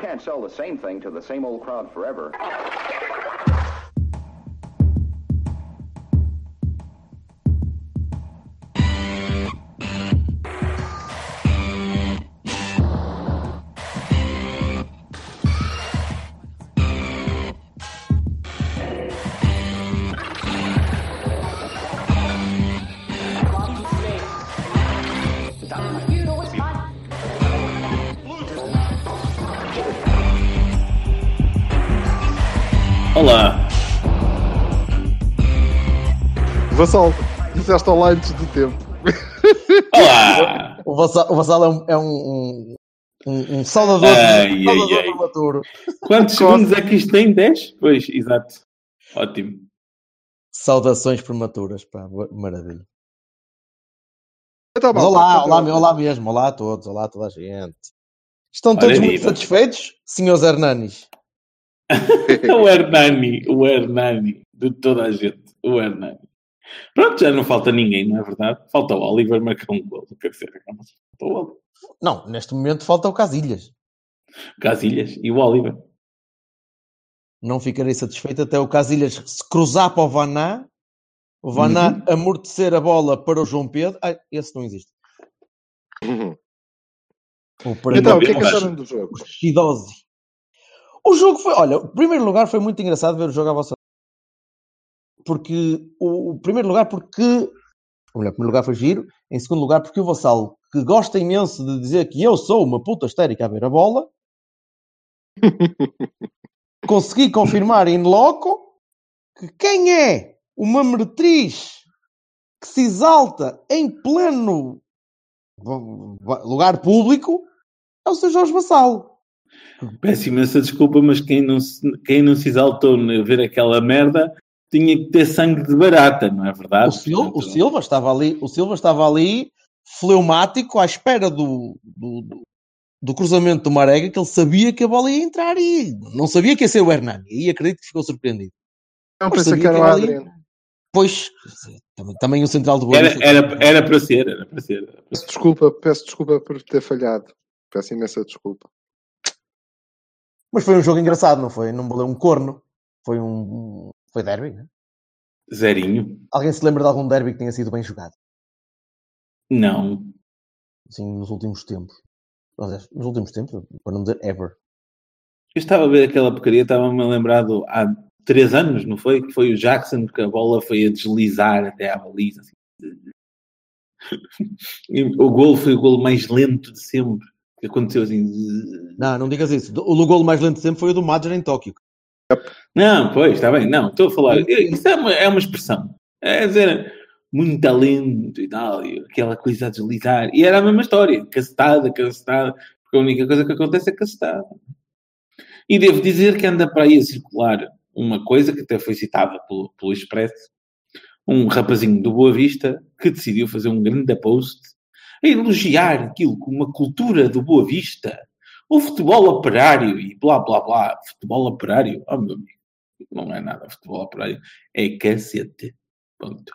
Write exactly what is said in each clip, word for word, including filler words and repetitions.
Can't sell the same thing to the same old crowd forever. Olá. Vassal, disseste olá antes do tempo. Olá. O Vassal, o Vassal é um, é um, um, um saudador, ai, saudador ai, ai. prematuro. Quantos segundos é que isto tem? dez? Pois, exato. Ótimo. Saudações prematuras, pá, maravilha. Então, Mas malta, olá, então, olá, malta. olá mesmo, olá a todos, olá a toda a gente. Estão Ora, todos muito viva. satisfeitos, senhores Hernanis? o Hernani, o Hernani, de toda a gente, o Hernani. Pronto, já não falta ninguém, não é verdade? Falta o Oliver marcar um gol, quer dizer, falta o Oliver. Não, neste momento falta o Casilhas. Casilhas e o Oliver. Não ficarei satisfeito até o Casilhas se cruzar para o Vaná, o Vaná Uhum. amortecer a bola para o João Pedro. Ai, esse não existe. Uhum. Ou para Então, o mim, que é que Mas- acharam do jogo? Shidosi. O jogo foi, olha, o primeiro lugar foi muito engraçado ver o jogo à vossa. Porque, o, o primeiro lugar, porque, ou melhor, o primeiro lugar foi giro, em segundo lugar, porque o Vassalo, que gosta imenso de dizer que eu sou uma puta histérica a ver a bola, consegui confirmar in loco que quem é uma meretriz que se exalta em pleno lugar público é o seu Jorge Vassalo. Peço imensa desculpa, mas quem não se, quem não se exaltou a ver aquela merda tinha que ter sangue de barata, não é verdade? O, Sil, Portanto, o Silva estava ali, o Silva estava ali fleumático à espera do, do, do, do cruzamento do Marega, que ele sabia que a bola ia entrar e não sabia que ia ser o Hernani. E acredito que ficou surpreendido. Não Mas pensei sabia que era o ela ia- Adriano. Pois, também, também o central do Boa Era, Vista. era, era para ser, era para ser. Era para Peço ser. desculpa, peço desculpa por ter falhado. Peço imensa desculpa. Mas foi um jogo engraçado, não foi? Não valeu um corno. Foi um... um- Foi derby, né? Zerinho? Alguém se lembra de algum derby que tenha sido bem jogado? Não. Assim, nos últimos tempos. Aliás, nos últimos tempos, para não dizer ever. Eu estava a ver aquela porcaria, estava-me a lembrar do, há três anos, não foi? Que foi o Jackson, que a bola foi a deslizar até à baliza. Assim. E o golo foi o golo mais lento de sempre. Que aconteceu assim. Não, não digas isso. O golo mais lento de sempre foi o do Madger em Tóquio. Não, pois, está bem. Não, estou a falar. Isso é uma, é uma expressão. É dizer, muito talento e tal, e aquela coisa a deslizar. E era a mesma história. Cacetada, cacetada. Porque a única coisa que acontece é cacetada. E devo dizer que anda para aí a circular uma coisa que até foi citada pelo, pelo Expresso. Um rapazinho do Boa Vista que decidiu fazer um grande post a elogiar aquilo como uma cultura do Boa Vista. O futebol operário e blá, blá, blá. Futebol operário? Oh, meu amigo. Não é nada futebol operário. É cacete. Ponto.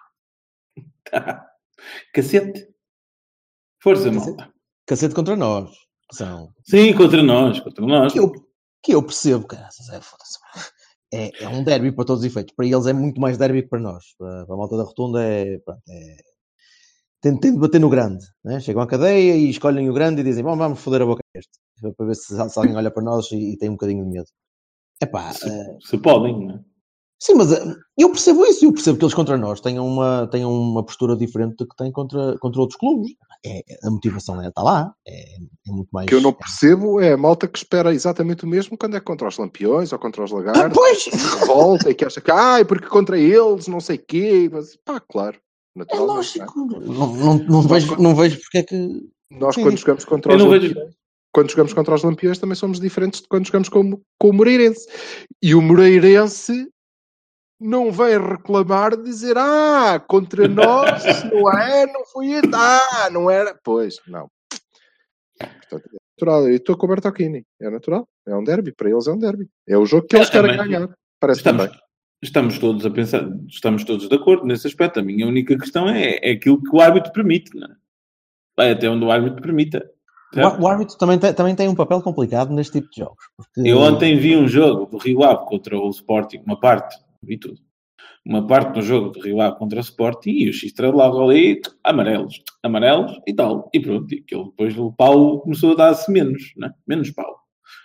Tá. Cacete. Força, Cacete. malta. Cacete contra nós. São... Sim, contra nós. Contra nós. Que eu, que eu percebo, cara. É, foda-se. É, é um derby para todos os efeitos. Para eles é muito mais derby que para nós. Para, para a malta da Rotunda é... Pronto, é... Tem, tem de bater no grande. Né? Chegam à cadeia e escolhem o grande e dizem, bom, vamos foder a boca a este. Para ver se, se alguém olha para nós e, e tem um bocadinho de medo. Epá, Se, uh, se podem, não é? sim, mas uh, eu percebo isso. Eu percebo que eles contra nós tenham uma, tenham uma postura diferente do que têm contra, contra outros clubes. É, a motivação é, está lá. É, é muito mais... O que eu não percebo é a malta que espera exatamente o mesmo quando é contra os lampiões ou contra os Ah, lagartos. pois! Volta e que acha que, ai, porque contra eles, não sei o quê. Mas, pá, claro. É Naturalmente. lógico. Não, não, não, vejo, não vejo porque é que... Nós, Sim, quando sim. jogamos contra Eu os não lampiões, vejo. quando jogamos contra os lampiões, também somos diferentes de quando jogamos com, com o Moreirense. E o Moreirense não vai reclamar de dizer, ah, contra nós, não é, não foi, ah, não era. Pois, não. Portanto, é natural. Eu estou com o Bertocchini. É natural. É um derby. Para eles é um derby. É o jogo que eles É, querem mas ganhar. Parece Estamos, também. estamos todos a pensar, estamos todos de acordo nesse aspecto. A minha única questão é, é aquilo que o árbitro permite, não é? Vai até onde o árbitro permita. Certo? O, o árbitro também tem, também tem um papel complicado neste tipo de jogos. Porque... Eu ontem vi um jogo do Rio Ave contra o Sporting, uma parte, vi tudo. Uma parte do jogo do Rio Ave contra o Sporting e o X-Trade logo ali, amarelos, amarelos e tal. E pronto, e aquilo, depois o pau começou a dar-se menos, né? Menos pau.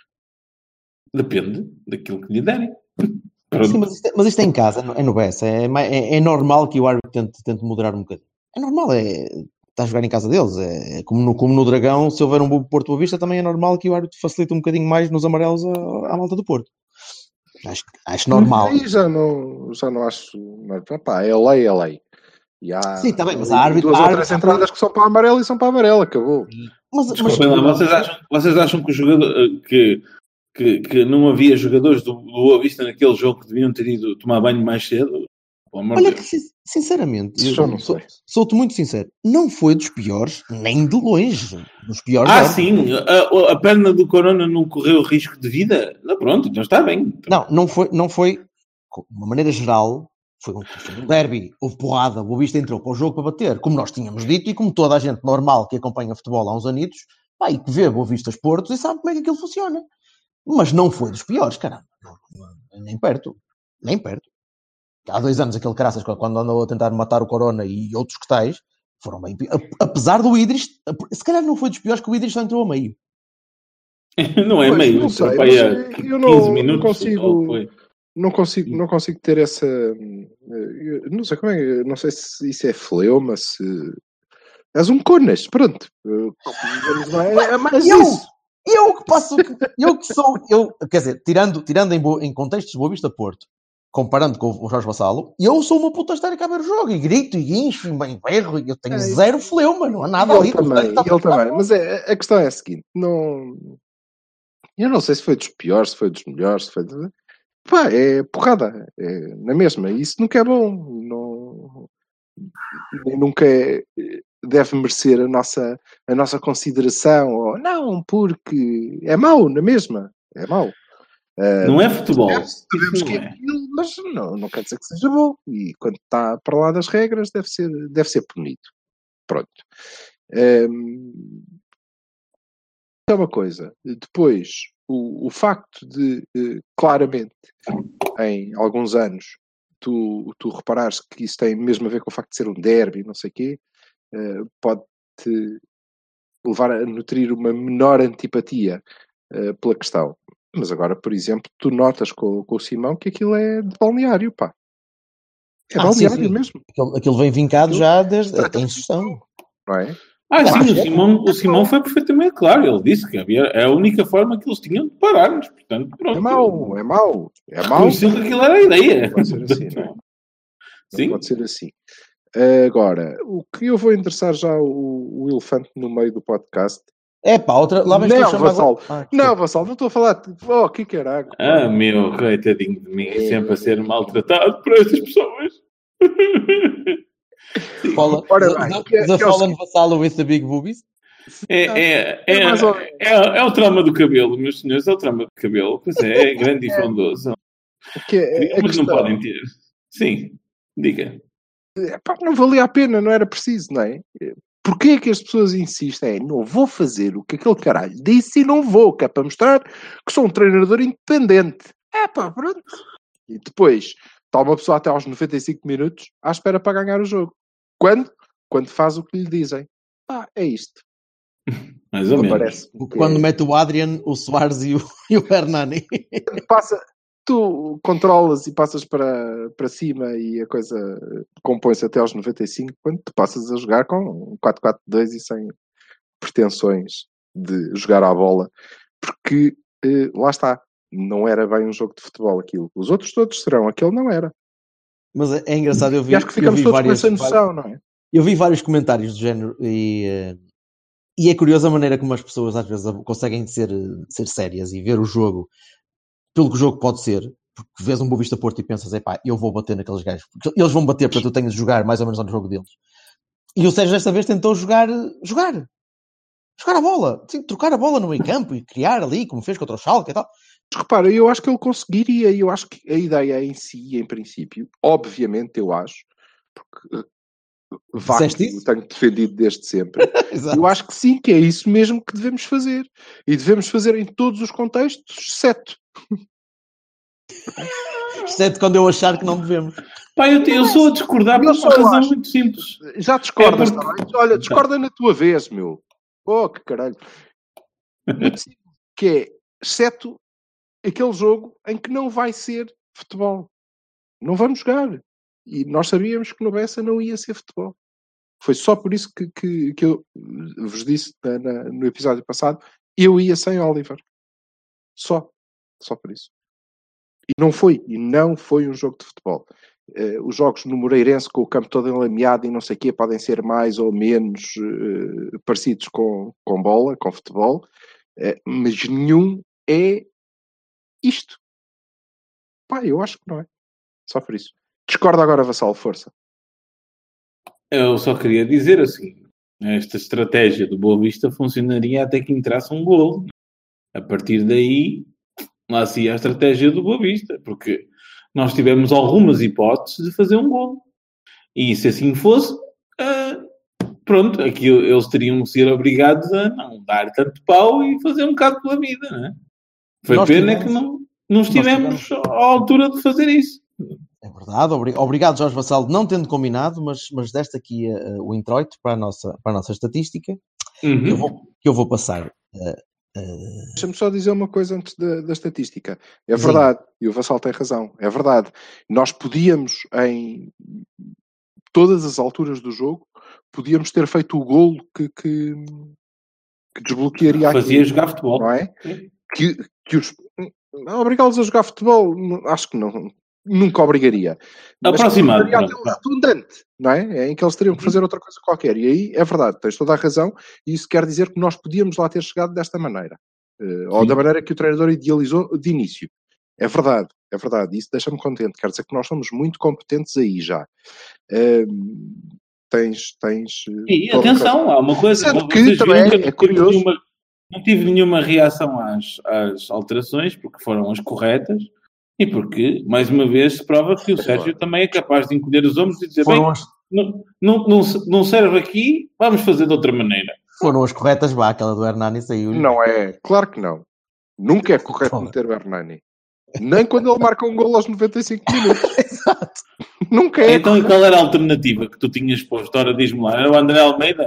Depende daquilo que lhe derem. Sim, mas isto, é, mas isto é em casa, é no B S. É, é, é normal que o árbitro tente, tente moderar um bocadinho. É normal, é, está a jogar em casa deles. É, é como, no, como no Dragão, se houver um bom Porto Boa Vista, também é normal que o árbitro facilite um bocadinho mais nos amarelos à, à malta do Porto. Acho, acho normal. Aí já não, já não acho. Mas, pá, é lei, é lei. E há, Sim, está bem, mas a árbitro, duas a ou árbitro, três entradas que são para amarelo e são para amarelo, acabou. Mas, Desculpem lá, vocês acham, vocês acham que o jogador que, que, que não havia jogadores do, do Boa Vista naquele jogo que deviam ter ido tomar banho mais cedo? Olha que, sinceramente, eu, não sou, sei. sou-te muito sincero, não foi dos piores, nem de longe, dos piores. Ah, era. sim, a, a perna do Corona não correu risco de vida? Não, pronto, então está bem. Não, não foi, não foi, de uma maneira geral, foi um, foi um derby, houve porrada, o Boa Vista entrou para o jogo para bater, como nós tínhamos dito, e como toda a gente normal que acompanha futebol há uns anitos, pá, e que vê Boa Vistas Portos e sabe como é que aquilo funciona. Mas não foi dos piores, caramba, não, não, nem perto, nem perto. Há dois anos aquele caraças, quando andou a tentar matar o Corona e outros que tais, foram bem piores. Apesar do Idris, se calhar não foi dos piores que o Idris só entrou a meio. Não é Pois, meio, não sei, entrou para mas aí a eu quinze não, minutos. não consigo, foi. não consigo, não consigo ter essa, eu não sei como é, não sei se isso é fleuma, se és um conas, pronto. É mais eu, isso. Eu que passo, eu que sou, eu, quer dizer, tirando, tirando em, bo, em contextos de Boa Vista Porto, comparando com o Jorge Vassalo, eu sou uma puta histérica a ver o jogo, e grito, e guincho, e bem berro, e eu tenho É, zero fleuma, não há nada e ali. ele também, e ele também. Mas é, a questão é a seguinte, não, eu não sei se foi dos piores, se foi dos melhores, se foi de... Pá, é porrada, é na mesma, e isso nunca é bom, não, nunca é, deve merecer a nossa, a nossa consideração, ou não, porque é mau, na mesma, é mau. Não é Uh, futebol. Sabemos que é aquilo, mas não, não quer dizer que seja bom. E quando está para lá das regras, deve ser, deve ser punido. Pronto. Um, é uma coisa. Depois, o, o facto de, uh, claramente, em alguns anos, tu, tu reparares que isso tem mesmo a ver com o facto de ser um derby, não sei o quê, uh, pode-te levar a nutrir uma menor antipatia uh, pela questão. Mas agora, por exemplo, tu notas com, com o Simão que aquilo é de balneário, pá. É ah, balneário sim, sim. mesmo. Aquilo, aquilo vem vincado aquilo já desde a instrução. Não é? Ah, Claro, sim, o é. Simão, o Simão foi perfeitamente claro. Ele disse que havia, é a única forma que eles tinham de parar-nos. Portanto, pronto. É mau, é mau. É mau. Reconheceu que aquilo era a ideia. Não pode ser assim, não é? Não Sim. pode ser assim. Agora, o que eu vou endereçar já o, o elefante no meio do podcast. É pá, outra. Lá vens não, tu Vassal. Ah, não, Vassal, não estou a falar. De... Oh, que caralho. Ah, meu, coitadinho de mim, é. Sempre a ser maltratado por estas pessoas. Fallen, Ora the, bem, the, que, the que Fallen Vassalo with the big boobies. É, é, é, é, é, é o trauma do cabelo, meus senhores, é o trauma do cabelo. Pois é, é grande e frondoso. Que é, mas não podem ter. Sim, diga. Epá, não valia a pena, não era preciso, não é? Porquê é que as pessoas insistem? É, não vou fazer o que aquele caralho disse e não vou, que é para mostrar que sou um treinador independente. É pá, pronto. E depois, está uma pessoa até aos noventa e cinco minutos à espera para ganhar o jogo. Quando? Quando faz o que lhe dizem. Ah, é isto. Mais ou menos. Parece Quando é... mete o Adrian, o Soares e o, e o Hernani. Passa... Tu controlas e passas para, para cima e a coisa compõe-se até aos noventa e cinco quando tu passas a jogar com quatro quatro dois e sem pretensões de jogar à bola. Porque, eh, lá está, não era bem um jogo de futebol aquilo. Os outros todos serão, aquele não era. Mas é, é engraçado, eu vi... E acho que ficamos eu vi todos várias, com essa noção, não é? Eu vi vários comentários do género e... Uh, e é curiosa a maneira como as pessoas às vezes conseguem ser, ser sérias e ver o jogo pelo que o jogo pode ser, porque vês um Boa Vista Porto e pensas, epá, eu vou bater naqueles gajos, porque eles vão bater, portanto eu tenho de jogar mais ou menos no jogo deles. E o Sérgio desta vez tentou jogar, jogar, jogar a bola, sim, trocar a bola no meio campo e criar ali, como fez contra o Schalke e tal. Mas repara, eu acho que ele conseguiria, e eu acho que a ideia em si, em princípio, obviamente eu acho, porque Vá, Disseste que isso? eu tenho defendido desde sempre. Exato. Eu acho que sim, que é isso mesmo que devemos fazer. E devemos fazer em todos os contextos, exceto. Exceto quando eu achar que não devemos. Pá, eu, eu sou a discordar por Eu uma só razão acho- muito simples. Já discordas, É porque- tá bem? Olha, discorda na tua vez, meu. Oh, que caralho. Muito simples. Que é, exceto aquele jogo em que não vai ser futebol. Não vamos jogar. E nós sabíamos que no Bessa não ia ser futebol. Foi só por isso que, que, que eu vos disse na- na- no episódio passado, eu ia sem Oliver. Só. Só por isso. E não foi. E não foi um jogo de futebol. Eh, os jogos no Moreirense com o campo todo enlameado e não sei o quê podem ser mais ou menos eh, parecidos com, com bola, com futebol, eh, mas nenhum é isto. Pá, eu acho que não é. Só por isso. Discorda agora, Vassal, força. Eu só queria dizer assim, esta estratégia do Boa Vista funcionaria até que entrasse um golo. A partir daí, lá se ia a estratégia do Boa Vista, porque nós tivemos algumas hipóteses de fazer um golo. E se assim fosse, ah, pronto, aqui eles teriam de ser obrigados a não dar tanto pau e fazer um bocado pela vida, não é? Foi Nós pena tivemos- que não, não estivemos tivemos- à altura de fazer isso. É verdade. Obri- Obrigado, Jorge Vassal, não tendo combinado, mas, mas deste aqui uh, o introito para a nossa, para a nossa estatística, Uhum. que, eu vou, que eu vou passar. uh, uh, Deixa-me só dizer uma coisa antes da, da estatística. É Sim. verdade, e o Vassal tem razão, é verdade. Nós podíamos, em todas as alturas do jogo, podíamos ter feito o golo que, que, que desbloquearia Fazia aquilo, jogar futebol. não é? Que, que os... Obrigá-los a jogar futebol, não- acho que não. Nunca obrigaria. Mas Aproximado, seria pronto. aquele redundante, não é? É em que eles teriam que fazer outra coisa qualquer. E aí é verdade, tens toda a razão. E isso quer dizer que nós podíamos lá ter chegado desta maneira. Eh, ou Sim. da maneira que o treinador idealizou de início. É verdade, é verdade. Isso deixa-me contente. Quer dizer que nós somos muito competentes aí já. Eh, tens, tens. eh, E toda a atenção, há uma coisa. Sendo que vocês também viram que eu é não tive curioso. nenhuma- não tive nenhuma reação às, às alterações, porque foram as corretas, e porque, mais uma vez, se prova que o Sérgio também é capaz de encolher os ombros e dizer, bem, foram, as, não, não, não, se- não serve aqui, vamos fazer de outra maneira. foram as corretas, vá, aquela do Hernani saiu. Não é, claro que não. Nunca é correto Toma. meter o Hernani. Nem quando ele marca um gol aos noventa e cinco minutos. Exato. Nunca é. Então, e qual era a alternativa que tu tinhas posto? Ora, diz-me lá, era o André Almeida?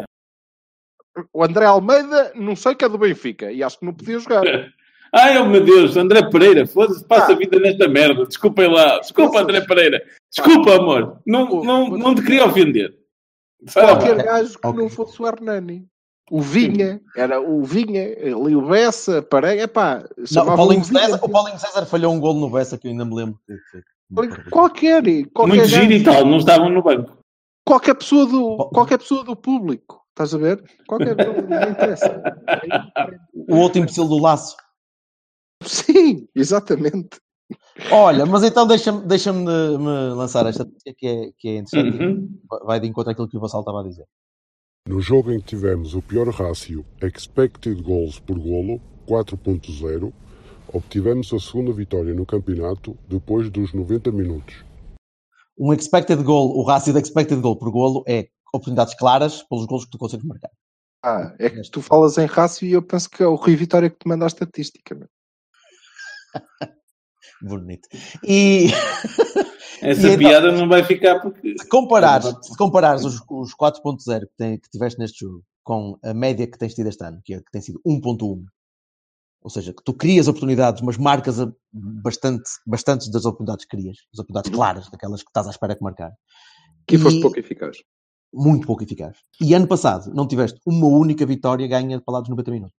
O André Almeida, não sei que é do Benfica. E acho que não podia jogar. Ai, oh meu Deus, André Pereira, foda-se, passa Ah. a vida nesta merda. Desculpem lá. Desculpa, André Pereira. Desculpa, amor. Não, não, não te queria ofender. Sai lá. Qualquer gajo que Ok. não fosse o Hernani. O Vinha, era o Vinha, ali o Bessa, Pareia, epá, Não, o, chamavam Paulinho o Vinha. César, o Paulinho César falhou um golo no Bessa que eu ainda me lembro. que- que- que- Qualquer, qualquer, Muito giro e gajo, tal, não estavam no banco. qualquer, pessoa do, qualquer pessoa do público, estás a ver? Qualquer, não, não interessa. O outro imbecil do laço. Sim, exatamente. Olha, mas então deixa-me deixa me lançar esta que é, que é interessante. Uhum. Vai de encontro àquilo que o Vassal estava a dizer. No jogo em que tivemos o pior rácio expected goals por golo, quatro ponto zero, obtivemos a segunda vitória no campeonato depois dos noventa minutos. Um expected goal, o rácio de expected goal por golo é oportunidades claras pelos golos que tu consegues marcar. Ah, é que tu falas em rácio e eu penso que é o Rui Vitória que te manda a estatística. Meu. Bonito. E Essa E então- piada não vai ficar porque. se comparares, se comparares os, os quatro ponto zero que, tem- que tiveste neste jogo com a média que tens tido este ano, que, é, que tem sido um ponto um, ou seja, que tu crias oportunidades, mas marcas a bastante, bastantes das oportunidades que crias, as oportunidades claras, daquelas que estás à espera de marcar. Que foste E- pouco eficaz. Muito pouco eficaz. E ano passado não tiveste uma única vitória ganha para lá dos noventa minutos.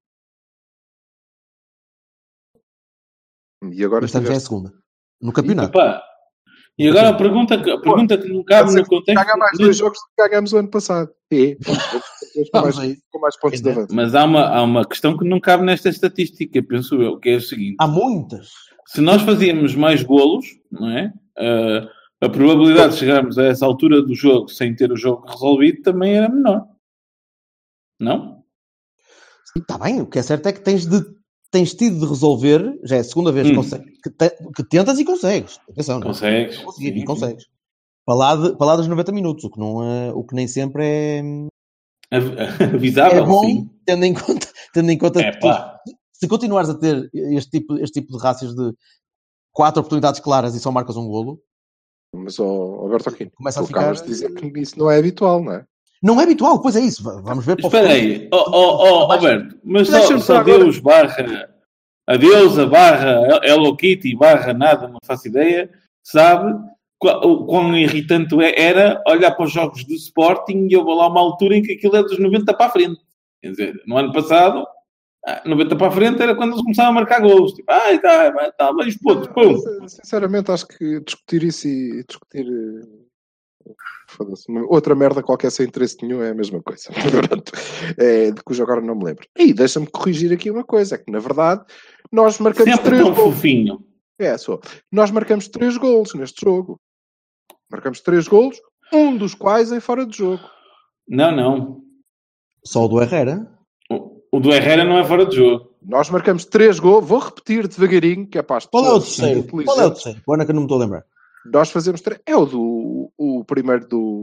E agora Este ano já é a tiveste- segunda. No campeonato. Epá, e agora a pergunta, que- a pergunta que não cabe no contexto. Caga mais dois jogos que ganhamos o ano passado. É. Com Vamos mais, a isso. com mais pontos de avanço. Mas há uma, há uma questão que não cabe nesta estatística, penso eu, que é o seguinte: Há muitas. se nós fazíamos mais golos, não é? Ah, a probabilidade de chegarmos a essa altura do jogo sem ter o jogo resolvido também era menor. Não? Está bem, o que é certo é que tens, de, tens tido de resolver, já é a segunda vez Hum. que, consegue- que, te- que tentas e consegues. Atenção, não é? Consegues. Conseguir, Sim, e consegues. Para lá, de, para lá dos noventa minutos, o que, não é, o que nem sempre é, avisável, é bom, sim. Tendo em conta, tendo em conta É, que pá. tu, se continuares a ter este tipo, este tipo de rácios de quatro oportunidades claras e só marcas um golo. Mas, oh, Alberto Aquino, Começa tu a ficar- acabas de dizer que isso não é habitual, não é? Não é habitual, pois é isso. Va- Vamos ver para o Espera futuro. aí, oh, oh, oh, Alberto, mas só, Deixa-me só só agora- Deus barra a deusa barra Hello Kitty barra nada, não faço ideia, sabe qual- o quão irritante é- era olhar para os jogos do Sporting e houve lá uma altura em que aquilo é dos noventa para a frente. Quer dizer, no ano passado, ah, noventa para a frente era quando eles começavam a marcar gols. Tipo, ai, tá, vai, tá, vai os pontos, pum. Sinceramente, acho que discutir isso e discutir eh, foda-se, uma- outra merda qualquer sem interesse nenhum é a mesma coisa. Pronto. É, de cujo agora não me lembro. E deixa-me corrigir aqui uma coisa: é que na verdade nós marcamos Sempre três tão gols. fofinho. É, só. Nós marcamos três gols neste jogo. Marcamos três gols, um dos quais em fora de jogo. Não, não. Só o do Herrera. O, o do Herrera não é fora de jogo. Nós marcamos três gols. Vou repetir devagarinho, que é para as Qual é o pessoas terceiro? inteligentes. Qual é o terceiro? Agora que eu não me estou a lembrar. Nós fazemos três. É o do. O primeiro do.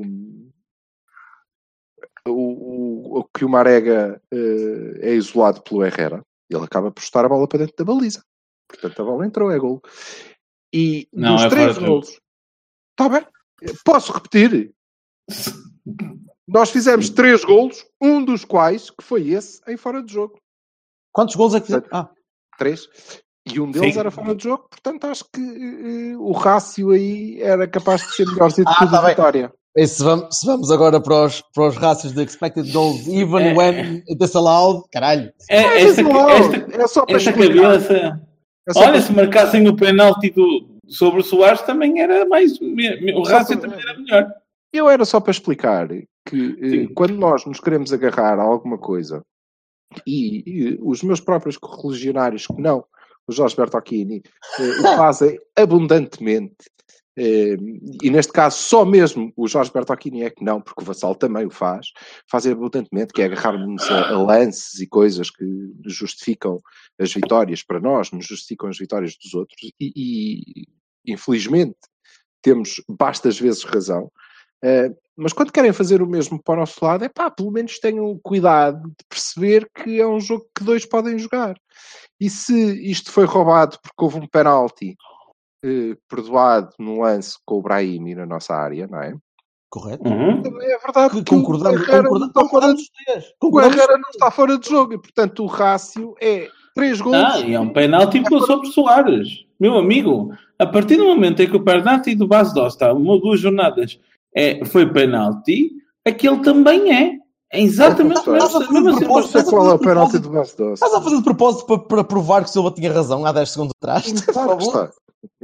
O, o, o que o Marega eh, é isolado pelo Herrera. Ele acaba por chutar a bola para dentro da baliza. Portanto, a bola entrou, é gol. E Não, dos é três fora de jogo. gols. Está bem? Posso repetir? Nós fizemos três golos, um dos quais, que foi esse, em fora de jogo. Quantos gols é que fizeste? Ah, Três. E um deles Sim. era fora de jogo. Portanto, acho que eh, o rácio aí era capaz de ser melhorzinho do Ah, que o tá da bem. Vitória. e se, vamos, se vamos agora para os, para os rácios de expected goals, even É, when disallowed, caralho. É, É, esta, não, esta, é só para esta explicar. cabeça. É só Olha, para- se marcassem o penalti do, sobre o Soares também era mais. O Só rácio para- também era melhor. Eu era só para explicar que eh, Sim. quando nós nos queremos agarrar a alguma coisa e, e os meus próprios correligionários, que não, o Jorge Bertocchini, eh, o fazem abundantemente, eh, e neste caso só mesmo o Jorge Bertocchini é que não, porque o Vassal também o faz, fazem abundantemente, que é agarrar-nos a, a lances e coisas que justificam as vitórias para nós, nos justificam as vitórias dos outros, e, e infelizmente temos bastas vezes razão. Uh, mas quando querem fazer o mesmo para o nosso lado, é pá, pelo menos tenham cuidado de perceber que é um jogo que dois podem jogar. E se isto foi roubado porque houve um penalti uh, perdoado num lance com o Brahimi na nossa área, não é? Correto? Uhum. Também é verdade Que que concordamos, o Herrera, concordamos, não, está fora concordamos de, os três. o Concordamos Herrera os não três. está fora de jogo e, portanto, o rácio é três gols. Ah, e é um penalti sobre Soares. Meu amigo, a partir do momento em que o penalti do Bas Dosta, uma ou duas jornadas, é, foi penalti, aquele também é. É exatamente Opa, a mesma, estás a a fazer mesma de Não propósito, sei situação. qual é o penalti do Bas Doce. Estás a fazer de propósito para, para provar que o Silva tinha razão há dez segundos atrás? Por Claro que favor. está.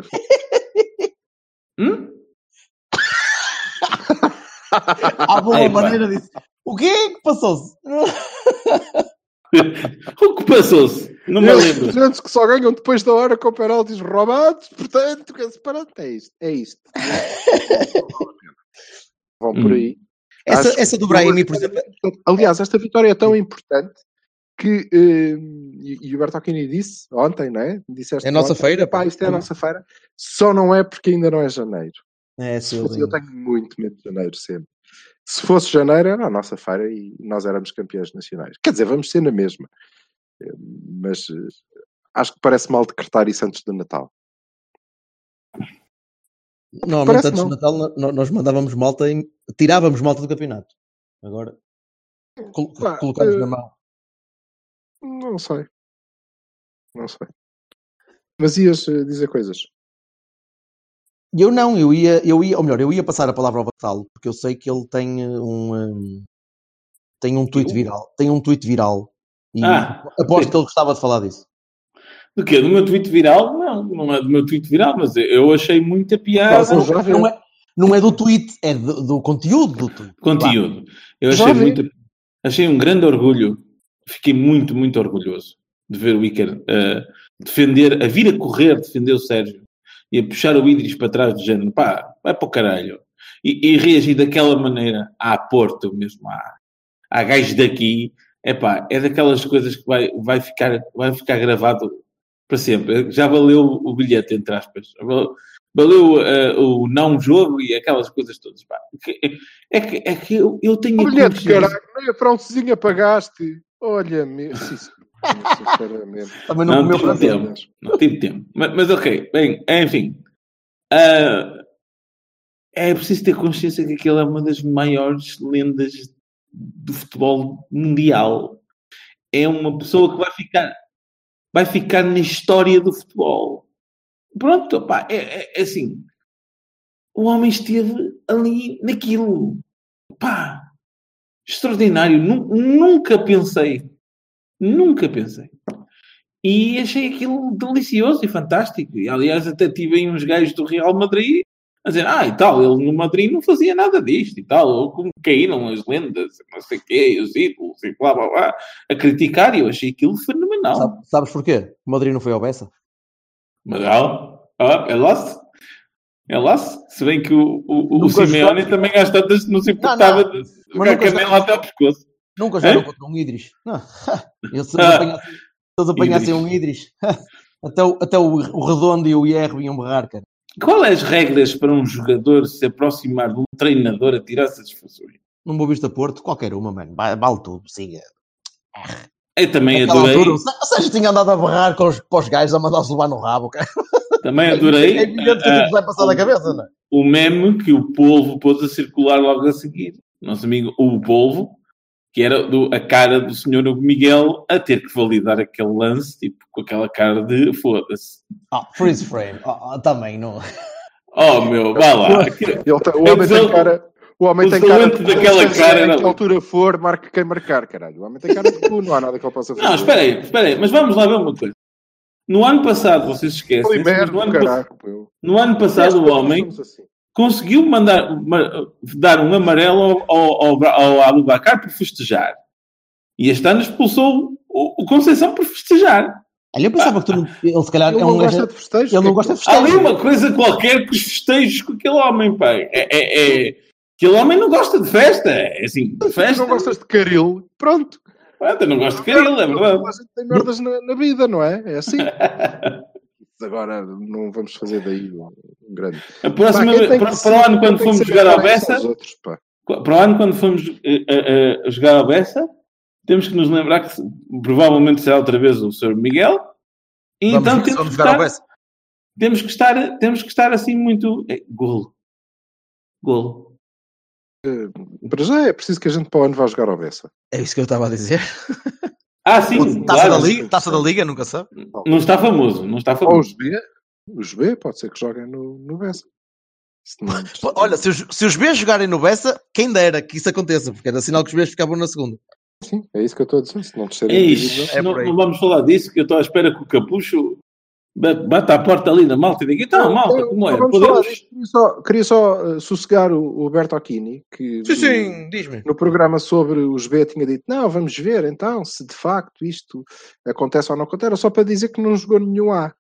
Hum? Há boa Ei, pá. maneira disso. O que é que passou-se? O que passou-se? Não me Esses lembro. presentes que só ganham depois da hora com penaltis roubados, portanto, que esse penalti é isto. É isto. Vão por aí. Essa, Acho essa do que- Brahimi, por exemplo, Aliás, esta vitória é tão importante que, eh, e, e o Bertocchini disse ontem, não é? Disseste É a nossa ontem, feira, pá, pá. isto é a nossa feira. Só não é porque ainda não é janeiro. é, Se sim, fosse, eu tenho muito medo de janeiro sempre. Se fosse janeiro, era a nossa feira e nós éramos campeões nacionais. Quer dizer, vamos ser na mesma. Eh, Mas eh, acho que parece mal decretar isso antes do Natal. Normalmente Parece antes não. do Natal no- no- nós mandávamos malta em... tirávamos malta do campeonato. Agora col- Pá, colocamos eh, na mão. Não sei. Não sei. Mas ias eh, dizer coisas. E eu não, eu ia, eu ia, ou melhor, eu ia passar a palavra ao Vassalo, porque eu sei que ele tem eh, um, um tem um tweet viral, tem um tweet viral e Ah, aposto que ele gostava de falar disso. do quê? Do meu tweet viral? Não, não é do meu tweet viral, mas eu achei muita piada. Posso já ver. Não é, não é do tweet, é do, do conteúdo do tweet. Conteúdo. Eu Já achei vi. muito. Achei um grande orgulho. Fiquei muito, muito orgulhoso de ver o Iker eh, defender, a vir a correr, defender o Sérgio e a puxar o Idris para trás do género. Pá, vai para o caralho. E, e reagir daquela maneira à Porto mesmo, à, à gajo daqui. Epá, é daquelas coisas que vai, vai, ficar, vai ficar gravado para sempre. Já valeu o bilhete, entre aspas. valeu uh, o não jogo e aquelas coisas todas. Pá. É que, é que eu, eu tenho... Olha, de caralho, nem a francesinha pagaste. Olha-me. Sinceramente. Também não, não comeu tive tempo. Não tive tempo. Mas, mas ok, bem, enfim. Uh, é preciso ter consciência que aquele é uma das maiores lendas do futebol mundial. É uma pessoa que vai ficar, vai ficar na história do futebol. Pronto, pá, é, é, é assim. O homem esteve ali naquilo. Pá, extraordinário. Nunca pensei. Nunca pensei. E achei aquilo delicioso e fantástico. E, aliás, até tive aí uns gajos do Real Madrid a dizer, ah, e tal, ele no Madrid não fazia nada disto e tal, ou como caíram as lendas, não sei o quê, os ídolos e blá, blá, blá, a criticar, e eu achei aquilo fenomenal. Sabe, sabes porquê? O Madrid não foi ao Bessa? Mas, ah, é lá-se. É lá-se. Se bem que o, o, o Simeone jogou... também às tantas não se importava não, não. de jogar canela até ao pescoço. Nunca jogaram contra um Idris. Não. Eu se eles apanhassem um Idris, até, o, até o, o Redondo e o Hierro iam berrar, cara. Qual é as regras para um jogador se aproximar de um treinador a tirar satisfações? Num Boa Vista Porto, qualquer uma, mano. Vale tudo, siga. Eu também Naquela adorei. Altura, o Sérgio tinha andado a berrar com os, com os gajos a mandar-se levar no rabo, cara. Também adorei. É evidente que uh, vai passar na cabeça, não é? O meme que o Polvo pôs a circular logo a seguir. Nosso amigo, o Polvo, que era do, a cara do senhor Miguel a ter que validar aquele lance, tipo, com aquela cara de foda-se. Ah, freeze frame. Oh, oh, também, não. Oh, meu, vá lá. Ele tá, o homem tem cara... O homem o tem cara daquela de cara. Em que altura for, marque quem marcar, caralho. O homem tem cara de cu, não há nada que ele possa fazer. Não, espera aí, espera aí. Mas vamos lá ver uma coisa. No ano passado, vocês esquecem, Primeiro, no, ano, caraca, no ano passado o homem assim. conseguiu mandar, dar um amarelo ao, ao, ao Abubakar por festejar. E este ano expulsou o, o Conceição por festejar. Olha, eu pensava ah, que tu não, ele se calhar ele é não um gosta gajo, de festejos. Ele não gosta de festejos. Há ali uma coisa qualquer que os festejos com aquele homem, pai. É, é, é, aquele homem não gosta de festa. É assim, de festa. Tu não gostas de caril, pronto. Eu não gosto de caril, é verdade. A gente tem merdas na, na vida, não é? É assim. Agora não vamos fazer daí um grande. A próxima, pá, para, para o ano, quando fomos jogar ao Bessa, outros, para o ano, quando fomos uh, uh, uh, jogar ao Bessa, temos que nos lembrar que provavelmente será outra vez o senhor Miguel. E vamos, então temos que, estar, temos, que estar, temos que estar assim muito. É, golo. Golo. Uh, para já é preciso que a gente para o ano vá jogar ao Bessa. É isso que eu estava a dizer. Ah, sim. Taça, claro. da Liga, taça da Liga, nunca sabe. Não está famoso. Não está famoso. Ou os B, os B pode ser que joguem no, no Bessa. Não... Olha, se os, se os B jogarem no Bessa, quem dera que isso aconteça, porque era sinal que os B ficavam na segunda. Sim, é isso que eu estou a dizer. Se não descerem é isso, é não, não vamos falar disso, que eu estou à espera que o Capucho bata a porta ali na malta e diga, então, malta, como é? Podemos... Queria só, queria só uh, sossegar o, o Bertocchini, que sim, sim, diz-me. No programa sobre os B tinha dito, não, vamos ver então se de facto isto acontece ou não acontece, era só para dizer que não jogou nenhum A.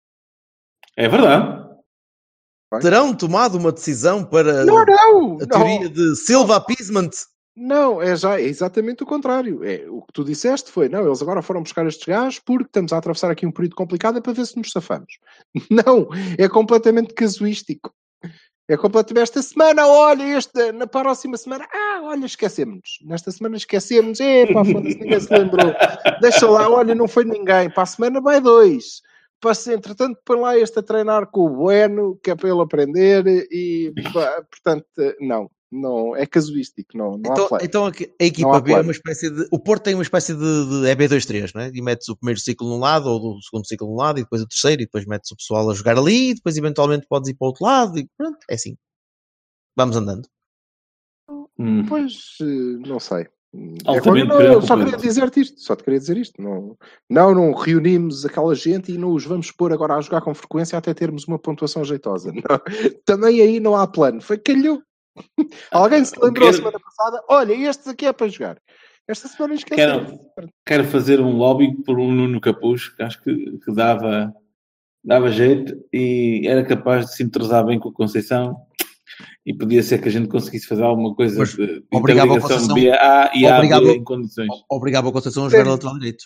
É verdade. Vai? Terão tomado uma decisão para não, não, a teoria não. de Silva Appeasement? Não, é já é exatamente o contrário. É, o que tu disseste foi, não, eles agora foram buscar estes gajos porque estamos a atravessar aqui um período complicado para ver se nos safamos. Não, é completamente casuístico. É completamente esta semana, olha, esta, na próxima semana, ah, olha, esquecemos-nos. Nesta semana esquecemos, epá, foda-se, ninguém se lembrou. Deixa lá, olha, não foi ninguém. Para a semana vai dois. Para, entretanto, põe lá este a treinar com o Bueno, que é para ele aprender e, pá, portanto, não. Não, é casuístico, não, não então, há plano. Então a, a equipa B é uma espécie de... O Porto tem uma espécie de, de E B dois três, não é? E metes o primeiro ciclo num lado, ou o segundo ciclo num lado, e depois o terceiro, e depois metes o pessoal a jogar ali, e depois eventualmente podes ir para o outro lado, e pronto, é assim. Vamos andando. Hum. Pois, não sei. É quando, não, eu só queria dizer-te isto, só te queria dizer isto. Não, não, não reunimos aquela gente e não os vamos pôr agora a jogar com frequência até termos uma pontuação jeitosa. Não. Também aí não há plano. Foi calhou. Alguém se lembrou quero... a semana passada, olha, este aqui é para jogar. Esta semana esqueci. Quero, quero fazer um lobby por um Nuno Capucho, que acho que, que dava, dava jeito e era capaz de se entrosar bem com a Conceição e podia ser que a gente conseguisse fazer alguma coisa mas, de, de interligação de B A e A B em condições. Obrigava a Conceição a jogar lateral direito.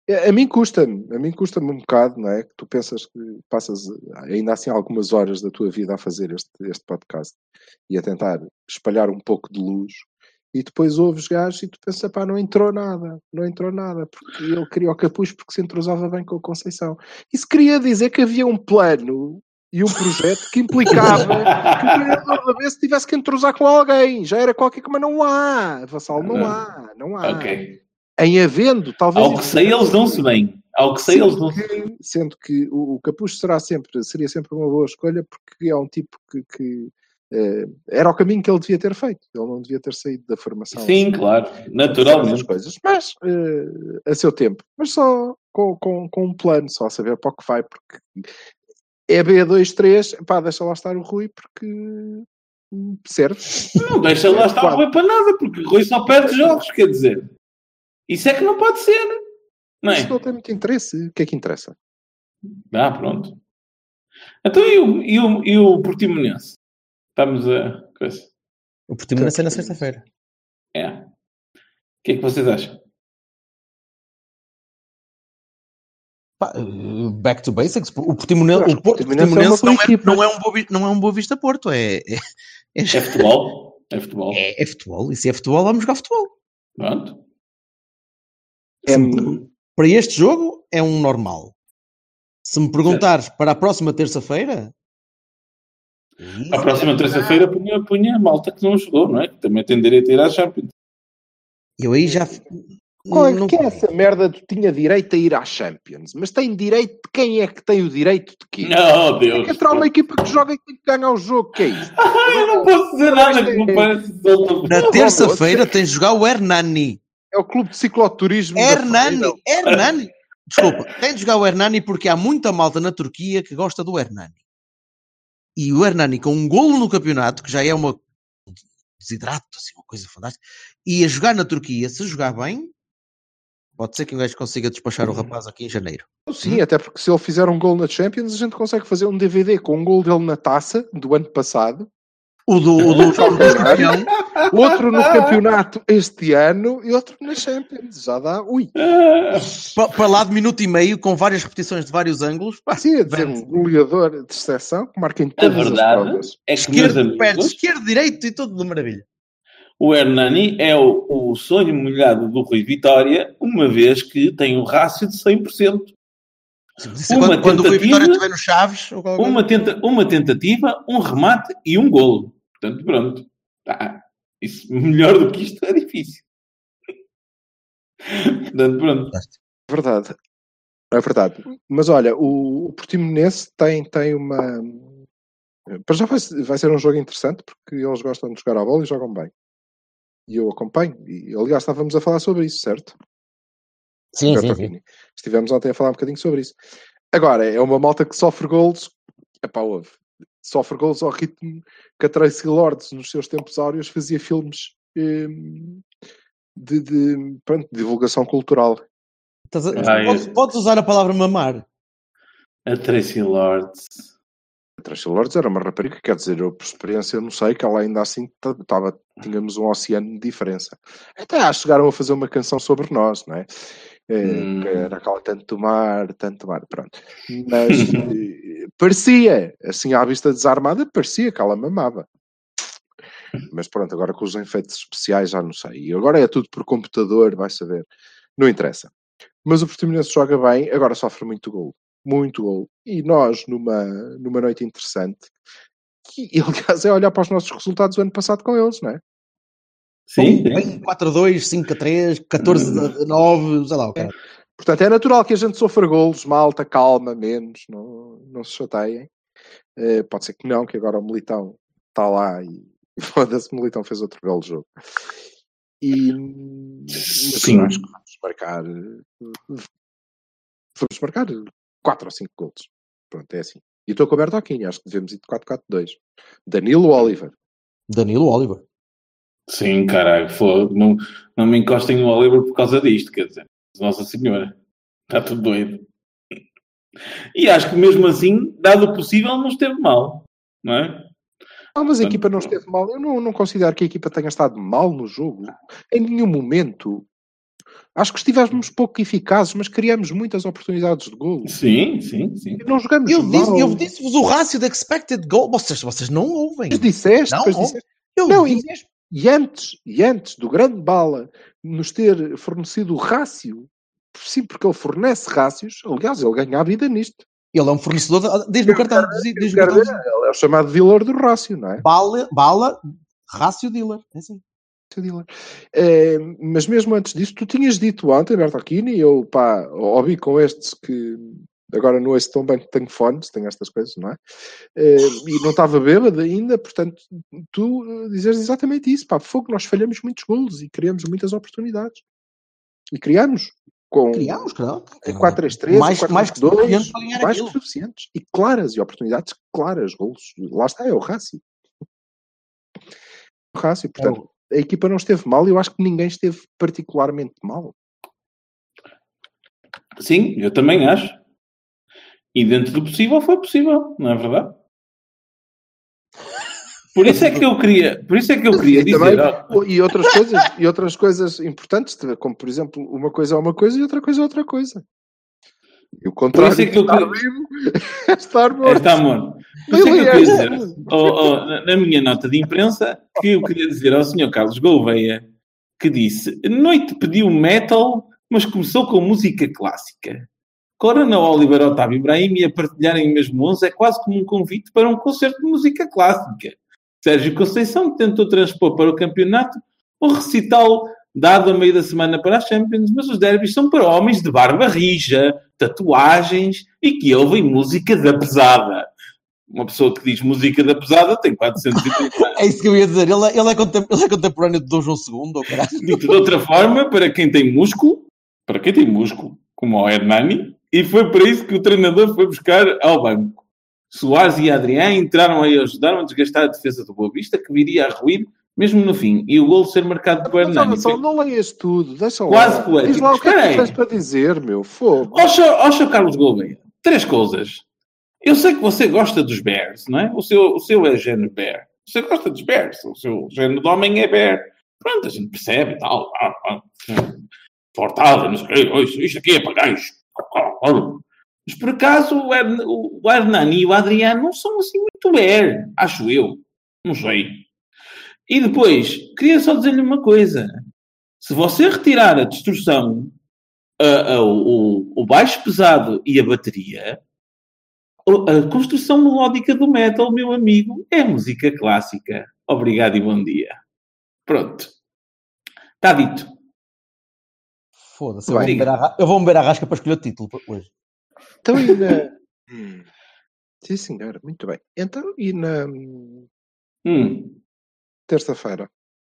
A mim custa-me, a mim custa-me um bocado, não é? Que tu pensas que passas ainda assim algumas horas da tua vida a fazer este, este podcast e a tentar espalhar um pouco de luz e depois ouves gajos e tu pensas, pá, não entrou nada, não entrou nada, porque ele queria o Capuz porque se entrosava bem com a Conceição. Isso queria dizer que havia um plano e um projeto que implicava que o treinador da vez tivesse que entrosar com alguém. Já era qualquer coisa, mas não há, Vassal, não há, não há. Ok. Em havendo, talvez... Ao que sei, eles dão-se bem. Ao que sei, eles dão-se bem. Sendo que o, o Capucho será sempre, seria sempre uma boa escolha, porque é um tipo que, que uh, era o caminho que ele devia ter feito. Ele não devia ter saído da formação. Sim, assim, claro. Naturalmente. Coisas. Mas, uh, a seu tempo. Mas só com, com, com um plano, só a saber para o que vai, porque é B dois três, pá, deixa lá estar o Rui, porque serve. Não deixa lá estar o Rui para nada, porque o Rui só perde jogos, quer dizer. Isso é que não pode ser, não é? Isso não tem muito interesse. O que é que interessa? Ah, pronto. Então e o, e o, e o Portimonense? Estamos a... Coisa. O Portimonense é na sexta-feira. É. O que é que vocês acham? Pá, back to basics. O Portimonense, o Porto Portimonense Portimonense é não, uma é, equipa. não, é um Boa, não é um Boa Vista Porto. É, é, é, É futebol? É futebol. é, é futebol. E se é futebol, vamos jogar futebol. Pronto. É, Me, para este jogo, é um normal. Se me perguntares certo. Para a próxima terça-feira... A próxima terça-feira punha, punha a malta que não jogou, não é? Que também tem direito a ir à Champions. Eu aí já... Qual é não... que é essa merda de tinha direito a ir à Champions? Mas tem direito de quem é que tem o direito de quê? Oh, Deus. É que entrar uma equipa que joga e tem que ganhar o jogo, que é isso? Ah, eu não posso dizer nada que me parece... Na terça-feira tens de jogar o Hernani. É o clube de cicloturismo. Hernani, Hernani. Desculpa, tem de jogar o Hernani porque há muita malta na Turquia que gosta do Hernani. E o Hernani com um golo no campeonato, que já é uma um desidrato, assim, uma coisa fantástica, e a jogar na Turquia, se jogar bem, pode ser que um gajo consiga despachar o rapaz aqui em janeiro. Sim, hum? Até porque se ele fizer um golo na Champions, a gente consegue fazer um D V D com um golo dele na taça do ano passado. O do, o do campeão. Outro no campeonato este ano e outro na Champions. Já dá, ui. Para, para lá de minuto e meio, com várias repetições de vários ângulos. Pá, sim, a dizer, um goleador de exceção que marca em todas a verdade as provas. É que, esquerdo, amigos, perde, esquerdo, direito e tudo de maravilha. O Hernani é o, o sonho molhado do Rui Vitória, uma vez que tem um rácio de cem por cento. Sim, uma quando, quando o Rui Vitória estiver no Chaves... Uma, tenta, uma tentativa, um remate e um golo. Portanto, pronto. Ah, isso, melhor do que isto é difícil. Portanto, pronto. É verdade. É verdade. Mas olha, o, o Portimonense tem, tem uma... Para já vai, vai ser um jogo interessante, porque eles gostam de jogar a bola e jogam bem. E eu acompanho. E, aliás, estávamos a falar sobre isso, certo? Sim, sim, sim. Estivemos ontem a falar um bocadinho sobre isso. Agora, é uma malta que sofre golos. Epá, ouve. Sofre golos ao ritmo que a Tracy Lords, nos seus tempos áureos, fazia filmes hum, de, de, pronto, de divulgação cultural. A, ah, podes, é. podes usar a palavra mamar. A Tracy Lords. A Tracy Lords era uma rapariga, quer dizer, eu por experiência eu não sei, que ela ainda assim tava, tínhamos um oceano de diferença. Até acho que chegaram a fazer uma canção sobre nós, não é? É, hum. Era aquela tanto tomar, tanto tomar, pronto. Mas parecia, assim à vista desarmada, parecia que ela mamava. Mas pronto, agora com os efeitos especiais já não sei. E agora é tudo por computador, vai saber. Não interessa. Mas o Portimonense joga bem, agora sofre muito golo. Muito golo. E nós, numa, numa noite interessante, que aliás é olhar para os nossos resultados do ano passado com eles, não é? Sim, sim. quatro a dois, cinco a três, catorze a nove, sei lá o cara. Portanto, é natural que a gente sofra golos, malta, calma, menos, não, não se chateiem. Uh, pode ser que não, que agora o Militão está lá e, e foda-se, o Militão fez outro belo jogo. E sim. Acho que vamos marcar vamos marcar quatro ou cinco golos. Pronto, é assim. E estou com o Bertocchini, acho que devemos ir de quatro quatro dois. Danilo Oliver. Danilo Oliver. Sim, caralho, foda, não, não me encostem no Oliver por causa disto, quer dizer, Nossa Senhora, está tudo doido. E acho que mesmo assim, dado o possível, não esteve mal, não é? Não, mas a equipa não esteve mal. Eu não, não considero que a equipa tenha estado mal no jogo. Em nenhum momento. Acho que estivemos pouco eficazes, mas criamos muitas oportunidades de golo. Sim, sim, sim. E não jogamos Eu, mal. disse, eu disse-vos o rácio de expected goal. Vocês, vocês não ouvem. Mas disseste, Não, depois não. disseste. Eu Não, disse e, e, antes, e antes do grande Bala nos ter fornecido o rácio, sim, porque ele fornece rácios, aliás, ele ganha a vida nisto. Ele é um fornecedor, de, diz no cartão. Diz, diz no Quero cartão. ver, ele é o chamado dealer do rácio, não é? Bala, bala, rácio dealer. É assim. Dealer. É, mas mesmo antes disso, tu tinhas dito ontem, Bertolini, e eu, pá, ouvi com estes que agora não ouço tão bem, tenho fones, tenho estas coisas, não é? É e não estava bêbado ainda, portanto, tu uh, dizes exatamente isso, pá, fogo, nós falhamos muitos golos e criamos muitas oportunidades. E criamos com Criamos, claro. quatro três três, mais, mais que suficientes para ganhar mais aquilo. que suficientes. E claras, e oportunidades claras, golos. Lá está, é o rácio. O rácio, portanto, a equipa não esteve mal e eu acho que ninguém esteve particularmente mal. Sim, eu também acho. E dentro do possível foi possível, não é verdade? Por isso é que eu queria, por isso é que eu queria e, dizer... também, ó, e, outras coisas, e outras coisas importantes, como por exemplo, uma coisa é uma coisa e outra coisa é outra coisa. E o contrário Por isso é que eu estar queria- vivo é estar morto. Está amor. Por isso é que eu queria dizer, ó, ó, na- na minha nota de imprensa, que eu queria dizer ao senhor Carlos Gouveia, que disse, Noite pediu metal, mas começou com música clássica. Corona, Oliver, Otávio e Ibrahim a partilharem o mesmo onze é quase como um convite para um concerto de música clássica. Sérgio Conceição tentou transpor para o campeonato o recital dado a meio da semana para as Champions, mas os derbys são para homens de barba rija, tatuagens e que ouvem música da pesada. Uma pessoa que diz música da pesada tem quatrocentos e trinta anos. É isso que eu ia dizer. Ele, é- ele, é, contem- ele é contemporâneo de Dom João segundo, ou caralho. Dito de outra forma, para quem tem músculo, para quem tem músculo, como o Hernani, e foi para isso que o treinador foi buscar ao banco. Soares e Adrián entraram aí e ajudaram a desgastar a defesa do Boa Vista, que viria a ruir mesmo no fim. E o golo ser marcado por Mas, Hernani. olha só, não leias tudo, deixa lá. Quase poético. Diz lá o que é Espera que aí. tu tens para dizer, meu fogo. Ó senhor, ó senhor Carlos Gouveia, três coisas. Eu sei que você gosta dos Bears, não é? O seu, o seu é género Bear. Você gosta dos Bears. O seu género de homem é Bear. Pronto, a gente percebe e tal. Ah, ah, Fortada, não sei. Oh, isto aqui é para gajos. Mas por acaso o, Hern, o Hernani e o Adriano não são assim muito Bear. Acho eu. Não sei. E depois, queria só dizer-lhe uma coisa. Se você retirar a distorção, a, a, o, o baixo pesado e a bateria, a construção melódica do metal, meu amigo, é música clássica. Obrigado e bom dia. Pronto. Está dito. Foda-se, eu vou Vai. beber a ra- eu vou beber a rasca para escolher o título hoje. Então e na... Hum. Sim, senhor, muito bem. Então e na Hum. terça-feira?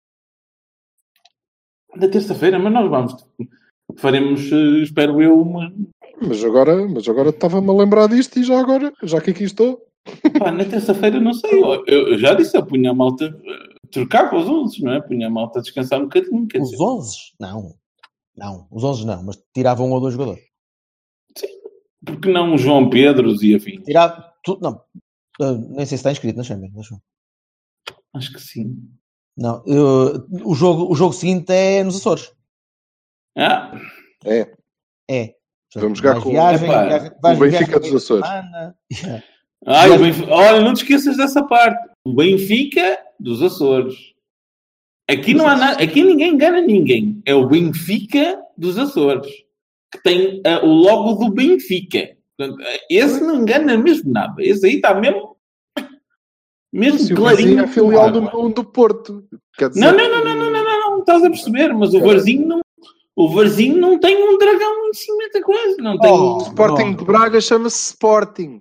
Na terça-feira, mas nós vamos... Faremos, eh, espero eu, uma... Mas agora, mas agora estava-me a lembrar disto e já agora, já que aqui estou. Pá, na terça-feira, não sei. Eu, eu- eu já disse, eu punha a malta... eh, Trocava os onze, não é? Punha a malta a descansar um bocadinho. Quer dizer, Os onze? Não. Não, os onze não, mas tiravam um ou dois jogadores. porque não o João Pedros e afim? Tirava... Tu, não. Uh, nem sei se está inscrito na Champions. Deixa eu- Acho que sim. Não. eu- o, jogo, o jogo seguinte é nos Açores. Ah, É, É. Vamos jogar Vais com- viagem, Epá, viagem, vais o Benfica viagem dos Açores. semana. ai, o Benfica... Olha, não te esqueças dessa parte. O Benfica dos Açores. Aqui não há nada, aqui ninguém engana ninguém. É o Benfica dos Açores. Que tem ah, o logo do Benfica. Portanto, esse não engana mesmo nada. Esse aí está mesmo... Mesmo Se o clarinho. vizinho é filial do, do Porto. Quer dizer, Não, não, não, não, não, não, não, não, estás a perceber, mas o Varzinho não, o Varzinho não tem um dragão em cima da coisa, não tem... Oh. O Sporting de Braga chama-se Sporting.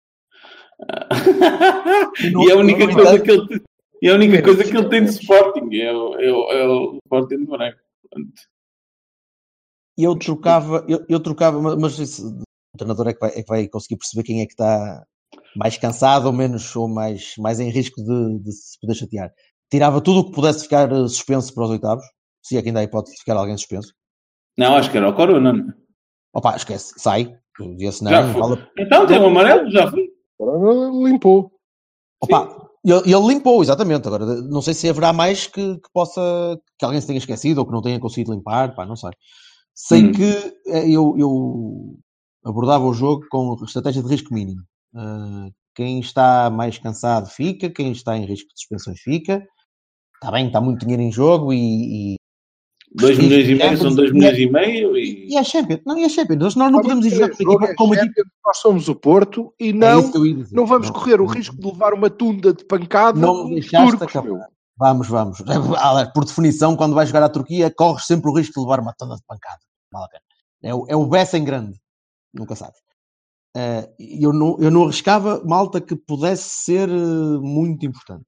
e a única coisa que ele e a única coisa que ele tem de Sporting é o, é o, é o Sporting de Braga. Portanto, E eu trocava, eu, eu trocava, mas- mas isso, o treinador é que, vai, é que vai conseguir perceber quem é que está mais cansado ou menos, ou mais, mais em risco de, de se poder chatear. Tirava tudo o que pudesse ficar eh, suspenso para os oitavos, se é que ainda aí pode ficar alguém suspenso. não, acho que era o Corona, não é? Opa, esquece, sai. E esse não, Já foi. vale- Então tem o amarelo, já foi. Agora limpou. Opa, ele, ele limpou, exatamente. Agora, não sei se haverá mais que, que possa, que alguém se tenha esquecido ou que não tenha conseguido limpar, pá, não sei. Sei Hum. que eh, eu, eu abordava o jogo com estratégia de risco mínimo. Uh, quem está mais cansado fica, quem está em risco de suspensões fica. Está bem, está muito dinheiro em jogo e... e dois prestígio, milhões e meio são Champions, dois e milhões é- e meio E, e... e é Champions. Não, e é Champions. Nós não Pá, podemos ir mas jogar com uma jogo equipa, é com uma equipa. Champions, nós somos o Porto e É não, isso que eu ia dizer. não vamos Não- correr o não- risco de levar uma tunda de pancada Não me dos deixaste turcos, acabar. meu. Vamos, vamos. Aliás, por definição, quando vais jogar à Turquia, corres sempre o risco de levar uma tanda de pancada. Vale a pena. É o, é o Bessa em grande. Nunca sabes. Eh, eu, não, eu não arriscava malta que pudesse ser eh, muito importante.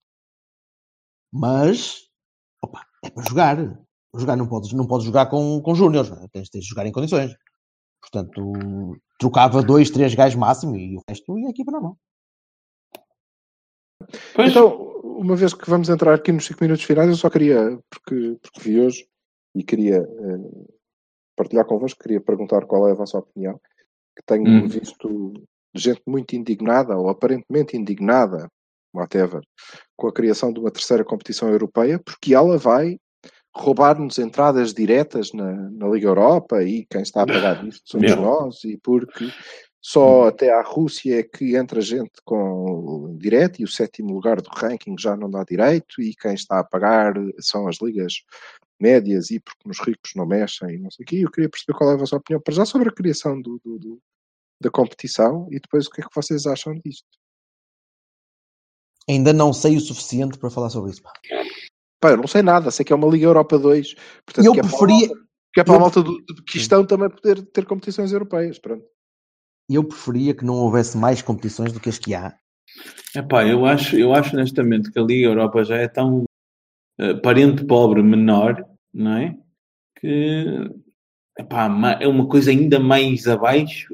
Mas, opa, é para jogar. Para jogar não podes, não podes jogar com, com júniores. Não é? Tens, tens de jogar em condições. Portanto, trocava dois, três gajos máximo e o resto ia aqui para normal. Pois, Então, uma vez que vamos entrar aqui nos cinco minutos finais, eu só queria, porque, porque vi hoje e queria eh, partilhar convosco, queria perguntar qual é a vossa opinião, que tenho Hum. visto gente muito indignada, ou aparentemente indignada, whatever, com a criação de uma terceira competição europeia, porque ela vai roubar-nos entradas diretas na, na Liga Europa e quem está a pagar isto somos Meu. nós, e porque só até à Rússia é que entra gente com direto e o sétimo lugar do ranking já não dá direito e quem está a pagar são as ligas médias e porque nos ricos não mexem e não sei o quê. Eu queria perceber qual é a vossa opinião para já sobre a criação do, do, do, da competição e depois o que é que vocês acham disto. Ainda não sei o suficiente para falar sobre isso. Pá. Pá, eu não sei nada, sei que é uma Liga Europa dois, portanto Eu que é preferia, para, que é para eu a malta do, de Quistão também poder ter competições europeias, pronto. eu preferia que não houvesse mais competições do que as que há. epá, eu acho, eu acho honestamente que a Liga Europa já é tão uh, parente pobre menor, não é? Que epá, ma- é uma coisa ainda mais abaixo.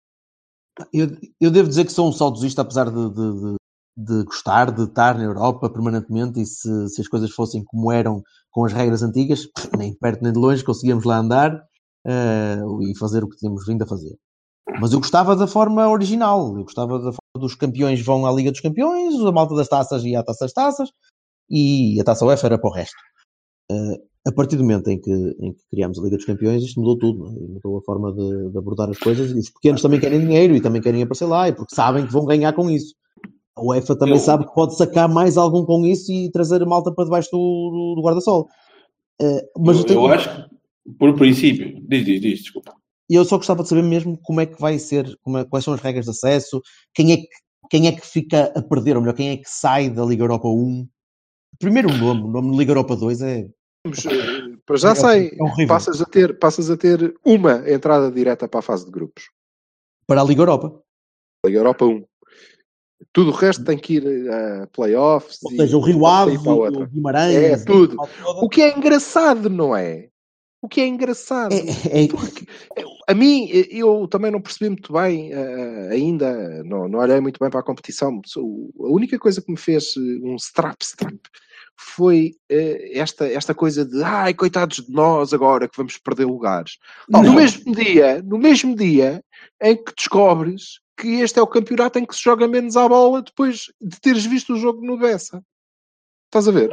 Eu, eu devo dizer que sou um saudosista, apesar de, de, de, de gostar de estar na Europa permanentemente e se, se as coisas fossem como eram com as regras antigas, nem perto nem de longe conseguíamos lá andar uh, e fazer o que tínhamos vindo a fazer. Mas eu gostava da forma original, eu gostava da forma dos campeões vão à Liga dos Campeões, a malta das taças ia à Taça das Taças e a Taça UEFA era para o resto. Uh, a partir do momento em que, em que criámos a Liga dos Campeões, isto mudou tudo, não é? Mudou a forma de, de abordar as coisas e os pequenos também querem dinheiro e também querem aparecer lá e porque sabem que vão ganhar com isso. A UEFA também Eu- sabe que pode sacar mais algum com isso e trazer a malta para debaixo do, do guarda-sol. Uh, mas Eu, eu, tenho- eu acho que, por princípio, diz, diz, diz, desculpa. eu só gostava de saber mesmo como é que vai ser, como é- quais são as regras de acesso, quem é, que, quem é que fica a perder, ou melhor, quem é que sai da Liga Europa um. Primeiro o nome, o nome Liga Europa dois é... Vamos, eh, para já É sei, horrível. passas a, ter, passas a ter uma entrada direta para a fase de grupos. para a Liga Europa. Liga Europa um. Tudo o resto tem que ir a playoffs. Ou e seja, o Rio pode Ave, sair para a outra. o Guimarães... É, tudo. a malta toda. O que é engraçado, não é? O que é engraçado. É, é, Porque a mim, eu também não percebi muito bem uh, ainda, não, não olhei muito bem para a competição. A única coisa que me fez um strap-strap foi uh, esta, esta coisa de ai, coitados de nós agora que vamos perder lugares. Não. No mesmo dia, no mesmo dia em que descobres que este é o campeonato em que se joga menos à bola depois de teres visto o jogo no Bessa. Estás a ver?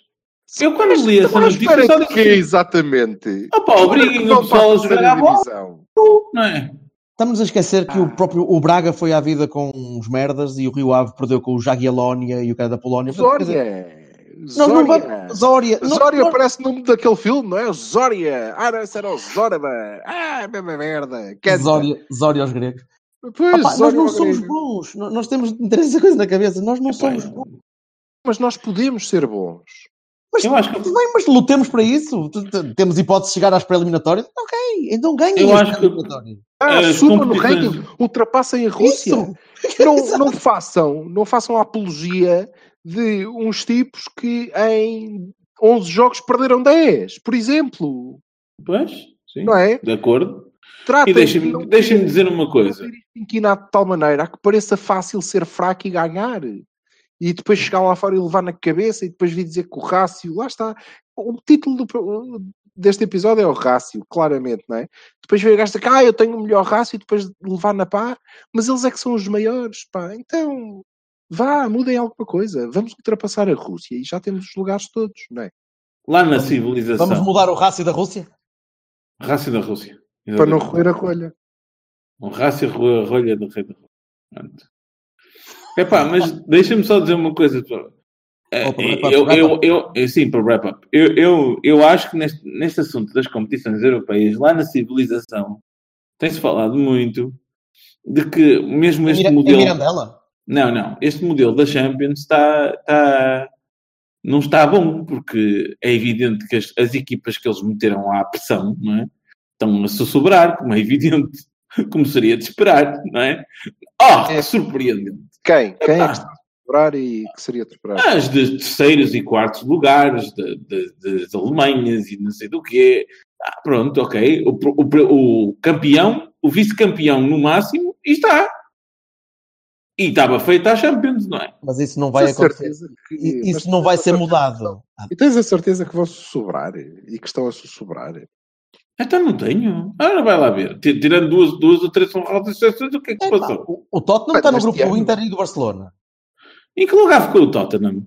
Eu quando li essa Mas notícia espera só que disse quê, assim, exatamente? opá, obriguem o Vão pessoal para a jogar terceira à bola, divisão. não é? Estamos a esquecer que Ah. o próprio o Braga foi à vida com uns merdas e o Rio Ave perdeu com o Jagiellonia e o cara da Polónia. Quer dizer, Zória! nós não Zória! vamos... Zória! não- Zória nós- parece o nome daquele filme, não é? Zória! Ah, não, esse era o Zorba! Ah, mesma merda! Canta. Zória, Zória aos gregos. Pois, Opa, nós Zória não ao somos grego. bons. Nós nós temos de ter essa coisa na cabeça. Nós não Epá, somos bons. Mas nós podemos ser bons. Mas, Eu acho que- bem, mas lutemos para isso. T- t- Temos hipótese de chegar às pré-eliminatórias. Ok, então ganhem Eu as acho que- pré-eliminatórias. Ah, As subam no competições- ranking, ultrapassem a Rússia. Isso! Não, Exato. não façam, não façam a apologia de uns tipos que em onze jogos perderam dez, por exemplo. Pois, sim, Não é? de acordo. Tratem E deixem-me não deixem ter- dizer uma coisa. ter isto inquinado de tal maneira a que pareça fácil ser fraco e ganhar. E depois chegar lá fora e levar na cabeça e depois vir dizer que o rácio... Lá está. O título do, deste episódio é o rácio, claramente, não é? Depois veio o gajo dizer que ah, eu tenho o melhor rácio e depois levar na pá. Mas eles é que são os maiores, pá. Então, vá, mudem alguma coisa. Vamos ultrapassar a Rússia e já temos os lugares todos, não é? Lá na civilização. Vamos mudar o rácio da Rússia? Rácio da Rússia. Para não Exatamente. roer a rolha. Um Rácio ro- rolha do rei da Rússia. Pronto. Epá, mas deixa-me só dizer uma coisa. Eh, Oh, para wrap up, eu, wrap eu, up. eu, eu, sim, para wrap up. Eu, eu, eu acho que neste, neste assunto das competições europeias, lá na civilização, tem-se falado muito de que mesmo Em este Mira- em modelo... Mirandela? Não, não. Este modelo da Champions está, está, não está bom, porque é evidente que as, as equipas que eles meteram à pressão, não é? Estão a sussurrar, como é evidente, como seria de esperar, não é? Oh, que surpreendente! Quem? Quem é Epá. que está a esperar e que seria de esperar? As de terceiros e quartos lugares, de, de, das Alemanhas e não sei do quê. Ah, pronto, ok. O, o, o campeão, o vice-campeão no máximo, e está. E estava feito à Champions, não é? Mas isso não vai Tens a acontecer. certeza que- I- mas Isso não vai tens a ser certeza- mudado. E tens a certeza que vão sussurrar e que estão a sussurrar. Então não tenho. Agora vai lá ver. T- Tirando duas, duas ou três honrosas exceções, o que é que se Epá, passou? o, o Tottenham Mas está no este grupo do ano- Inter e do Barcelona. Em que lugar ficou o Tottenham?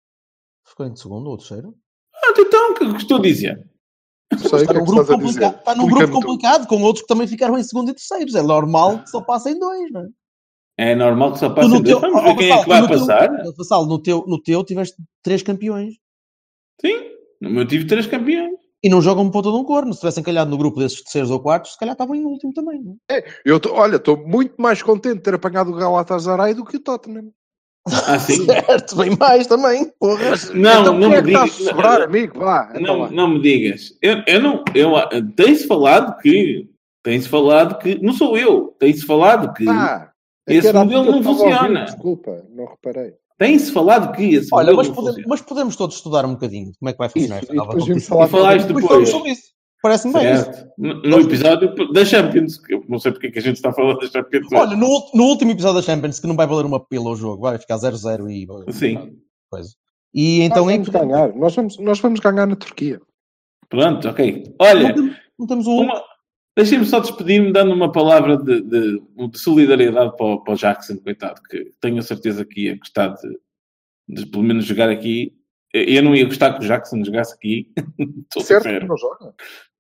Ficou em segundo ou terceiro? Ah, então, o que é que estou a dizer? Não sei o Está que é num que grupo estás a dizer. complicado, está num grupo Explica-me tudo. complicado, com outros que também ficaram em segundo e terceiros. É normal que só passem dois, não é? É normal que só Tu passem no dois. teu- Vamos oh, ver quem é que Vassal, vai tu no teu- passar. Vassal, no teu, no teu tiveste três campeões. Sim. No meu tive três campeões. E não jogam ponta de um corno. Se tivessem calhado no grupo desses terceiros ou quartos, se calhar estavam em último também. Não é? Eu tô, olha, estou muito mais contente de ter apanhado o Galatasaray do que o Tottenham. Ah, sim. Certo, bem mais também. Porra. Não, então, não quem é me que está a digas. sussurrar, amigo? Vá, então Não, lá. não me digas. Eu, eu não. Eu, tem-se falado que. Tem-se falado que. Não sou eu. Tem-se falado que. Ah, é esse que era modelo aquilo que não eu estava a ouvir, funciona. Desculpa, não reparei. Tem-se falado que esse Olha, modelo mas não podemos, funciona. mas podemos todos estudar um bocadinho de como é que vai funcionar Isso, esta e nova depois vimos competição. falar E falaste Depois depois. falamos sobre isso. Parece-me bem isso. Certo. No, no episódio da Champions. que Eu não sei porque é que a gente está a falar da Champions. Olha, no, ult- no último episódio da Champions, que não vai valer uma pila o jogo, vai ficar zero zero e Sim. coisa. E então nós aí vamos ganhar. Nós vamos, nós vamos ganhar na Turquia. Pronto, ok. não, Olha, temos, não temos o uma... deixem-me só despedir-me dando uma palavra de, de, de solidariedade para o, para o Jackson, coitado, que tenho a certeza que ia gostar de, de pelo menos jogar aqui. Eu não ia gostar que o Jackson jogasse aqui. Estou Certo que sincero. não joga.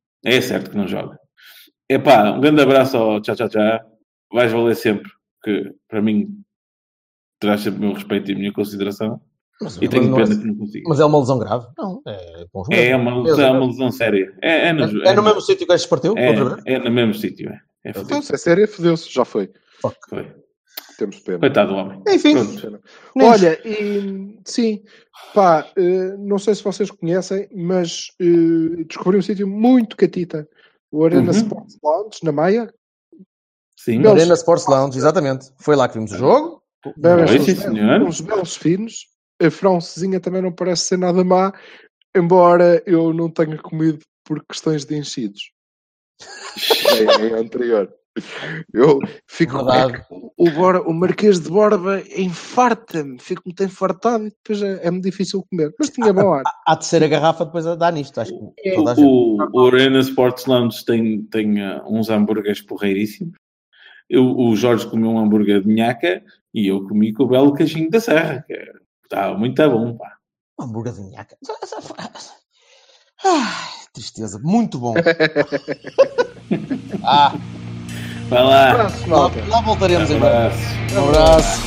É certo que não joga. Epá, um grande abraço ao tchau, tchau, tchau. Vais valer sempre, que para mim terás sempre o meu respeito e a minha consideração. Mas, E tenho mas, pena não é, que não consigo. mas é uma lesão grave? Não, é com os É mesmos. uma Mesmo, lesão, é uma mesmo. lesão séria. É, é, no, É, é no mesmo sítio que este partiu? é, Outra vez? é no mesmo sítio. É, é Então, fodido. se é sério, fodeu-se. Já foi. Foi. Temos pena. Coitado do homem. Enfim. Pronto. Nem Olha, e, sim, pá, eh, não sei se vocês conhecem, mas eh, descobri um sítio muito catita. O Arena Uhum. Sports Lounge, na Maia. Sim. Belos- Arena Sports Lounge, exatamente. Foi lá que vimos o jogo. Bebem Oi, uns sim, belos- senhor. uns belos finos. A francesinha também não parece ser nada má, embora eu não tenha comido por questões de enchidos. É, é anterior. Eu fico Verdade. é que o, Bora, o Marquês de Borba infarta-me, fico muito infartado e depois é, é muito difícil comer. Mas tinha bom ar. À terceira garrafa depois dá nisto. Acho que toda a gente. O, o Arena Sports Lounge tem, tem uh, uns hambúrgueres porreiríssimos. Eu, o Jorge comeu um hambúrguer de minhaca e eu comi com o belo queijinho da serra. Que está muito bom, pá. Um hambúrguer de minhaca. Ai, tristeza. Muito bom. ah, Vai lá. Abraço, lá, malta. lá voltaremos em breve. Abraço. Um abraço.